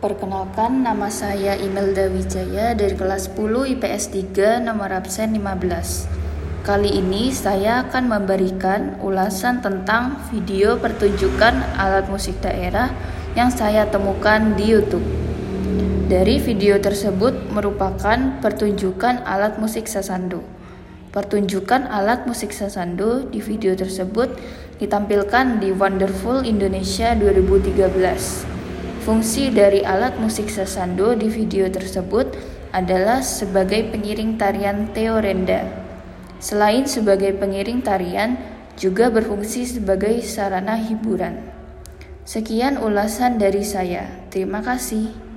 Perkenalkan, nama saya Imelda Wijaya dari kelas 10 IPS 3 nomor absen 15. Kali ini saya akan memberikan ulasan tentang video pertunjukan alat musik daerah yang saya temukan di YouTube. Dari video tersebut merupakan pertunjukan alat musik sasando. Pertunjukan alat musik sasando di video tersebut ditampilkan di Wonderful Indonesia 2013. Fungsi dari alat musik sasando di video tersebut adalah sebagai pengiring tarian Theorenda. Selain sebagai pengiring tarian, juga berfungsi sebagai sarana hiburan. Sekian ulasan dari saya. Terima kasih.